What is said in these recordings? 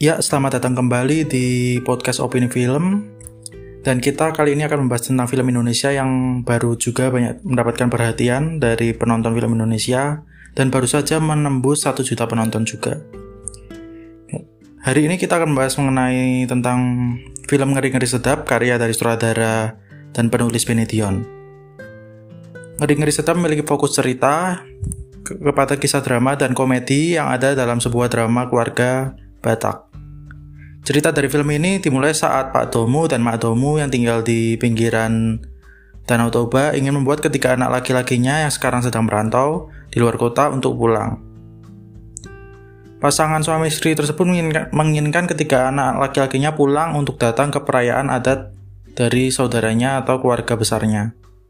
Ya, selamat datang kembali di podcast Opini Film. Dan kita kali ini akan membahas tentang film Indonesia yang baru juga banyak mendapatkan perhatian dari penonton film Indonesia dan baru saja menembus 1 juta penonton juga. Hari ini kita akan membahas mengenai tentang film Ngeri-Ngeri Sedap karya dari sutradara dan penulis Benedion. Ngeri-Ngeri Sedap memiliki fokus cerita kepada kisah drama dan komedi yang ada dalam sebuah drama keluarga Batak. Cerita dari film ini dimulai saat Pak Domu dan Mak Domu yang tinggal di pinggiran Danau Toba ingin membuat ketiga anak laki-lakinya yang sekarang sedang merantau di luar kota untuk pulang. Pasangan suami istri tersebut menginginkan ketiga anak laki-lakinya pulang untuk datang ke perayaan adat dari saudaranya atau keluarga besarnya.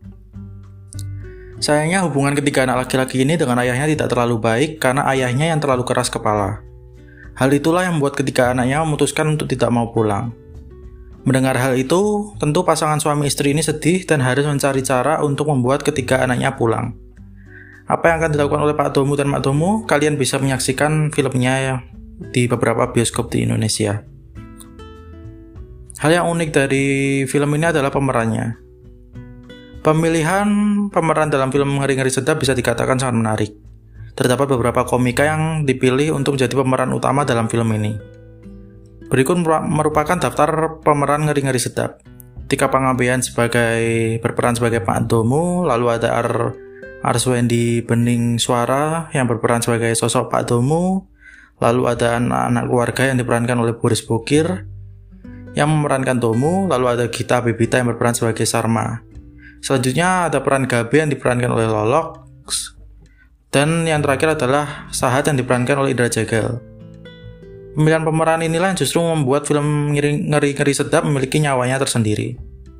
Sayangnya hubungan ketiga anak laki-laki ini dengan ayahnya tidak terlalu baik karena ayahnya yang terlalu keras kepala. Hal itulah yang membuat ketiga anaknya memutuskan untuk tidak mau pulang. Mendengar hal itu, tentu pasangan suami istri ini sedih dan harus mencari cara untuk membuat ketiga anaknya pulang. Apa yang akan dilakukan oleh Pak Domu dan Mak Domu? Kalian bisa menyaksikan filmnya di beberapa bioskop di Indonesia. Hal yang unik dari film ini adalah pemerannya. Pemilihan pemeran dalam film Ngeri-Ngeri Sedap bisa dikatakan sangat menarik. Terdapat beberapa komika yang dipilih untuk menjadi pemeran utama dalam film ini. Berikut merupakan daftar pemeran Ngeri-Ngeri Sedap. Tika Panggabean berperan sebagai Pak Domu, lalu ada Arswendi Bening Suara yang berperan sebagai sosok Pak Domu, lalu ada anak-anak keluarga yang diperankan oleh Boris Bokir yang memerankan Domu, lalu ada Gita Bebita yang berperan sebagai Sarma. Selanjutnya ada peran Gabe yang diperankan oleh Lolok, dan yang terakhir adalah Sahat yang diperankan oleh Indra Jagal. Pemilihan pemeran inilah yang justru membuat film Ngeri-Ngeri Sedap memiliki nyawanya tersendiri.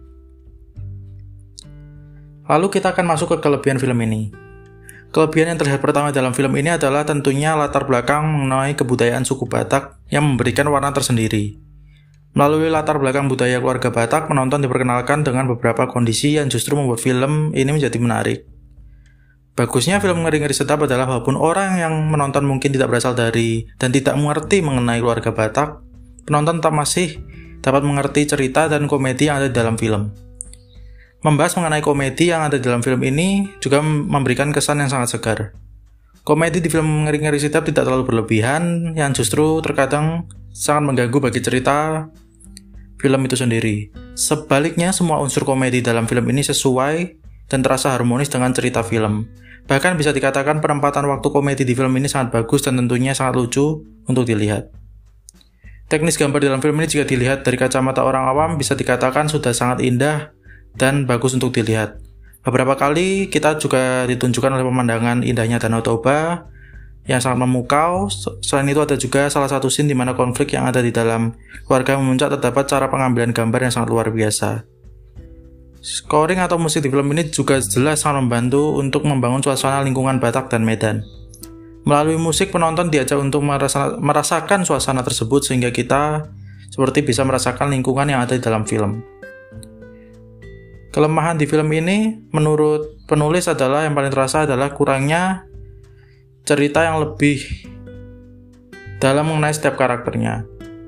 Lalu kita akan masuk ke kelebihan film ini. Kelebihan yang terlihat pertama dalam film ini adalah tentunya latar belakang mengenai kebudayaan suku Batak yang memberikan warna tersendiri. Melalui latar belakang budaya keluarga Batak, penonton diperkenalkan dengan beberapa kondisi yang justru membuat film ini menjadi menarik. Bagusnya film Ngeri-Ngeri Sedap adalah walaupun orang yang menonton mungkin tidak berasal dari dan tidak mengerti mengenai keluarga Batak, penonton tetap masih dapat mengerti cerita dan komedi yang ada di dalam film. Membahas mengenai komedi yang ada di dalam film ini juga memberikan kesan yang sangat segar. Komedi di film Ngeri-Ngeri Sedap tidak terlalu berlebihan, yang justru terkadang sangat mengganggu bagi cerita film itu sendiri. Sebaliknya, semua unsur komedi dalam film ini sesuai dan terasa harmonis dengan cerita film. Bahkan bisa dikatakan penempatan waktu komedi di film ini sangat bagus dan tentunya sangat lucu untuk dilihat. Teknis gambar dalam film ini jika dilihat dari kacamata orang awam bisa dikatakan sudah sangat indah dan bagus untuk dilihat. Beberapa kali kita juga ditunjukkan oleh pemandangan indahnya Danau Toba yang sangat memukau. Selain itu ada juga salah satu scene di mana konflik yang ada di dalam keluarga memuncak terdapat cara pengambilan gambar yang sangat luar biasa. Scoring atau musik di film ini juga jelas sangat membantu untuk membangun suasana lingkungan Batak dan Medan. Melalui musik, penonton diajak untuk merasakan suasana tersebut sehingga kita seperti bisa merasakan lingkungan yang ada di dalam film. Kelemahan di film ini menurut penulis adalah yang paling terasa adalah kurangnya cerita yang lebih dalam mengenai setiap karakternya.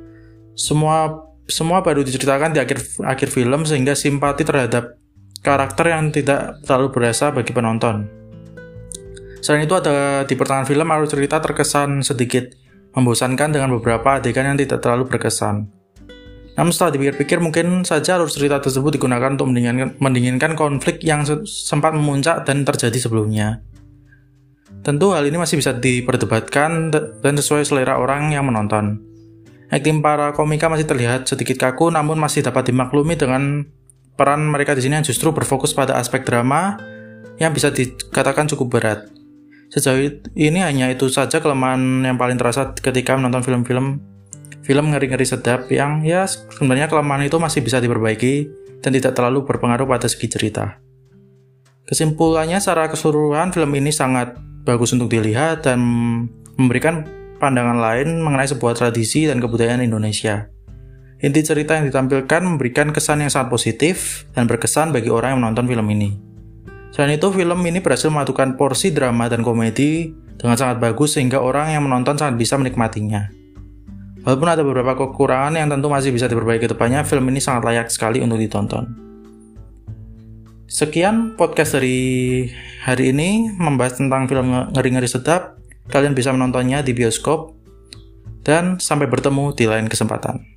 Semua baru diceritakan di akhir film sehingga simpati terhadap karakter yang tidak terlalu berasa bagi penonton. Selain itu ada di pertengahan film alur cerita terkesan sedikit membosankan dengan beberapa adegan yang tidak terlalu berkesan. Namun setelah dipikir-pikir mungkin saja alur cerita tersebut digunakan untuk mendinginkan konflik yang sempat memuncak dan terjadi sebelumnya. Tentu hal ini masih bisa diperdebatkan dan sesuai selera orang yang menonton. Akting para komika masih terlihat sedikit kaku, namun masih dapat dimaklumi dengan peran mereka di sini yang justru berfokus pada aspek drama yang bisa dikatakan cukup berat. Sejauh ini hanya itu saja kelemahan yang paling terasa ketika menonton film Ngeri-Ngeri Sedap yang ya sebenarnya kelemahan itu masih bisa diperbaiki dan tidak terlalu berpengaruh pada segi cerita. Kesimpulannya secara keseluruhan film ini sangat bagus untuk dilihat dan memberikan pandangan lain mengenai sebuah tradisi dan kebudayaan Indonesia. Inti cerita yang ditampilkan memberikan kesan yang sangat positif dan berkesan bagi orang yang menonton film ini. Selain itu, film ini berhasil memadukan porsi drama dan komedi dengan sangat bagus sehingga orang yang menonton sangat bisa menikmatinya. Walaupun ada beberapa kekurangan yang tentu masih bisa diperbaiki ke depannya, film ini sangat layak sekali untuk ditonton. Sekian podcast dari hari ini membahas tentang film ngeri-ngeri sedap. Kalian bisa menontonnya di bioskop. Dan sampai bertemu di lain kesempatan.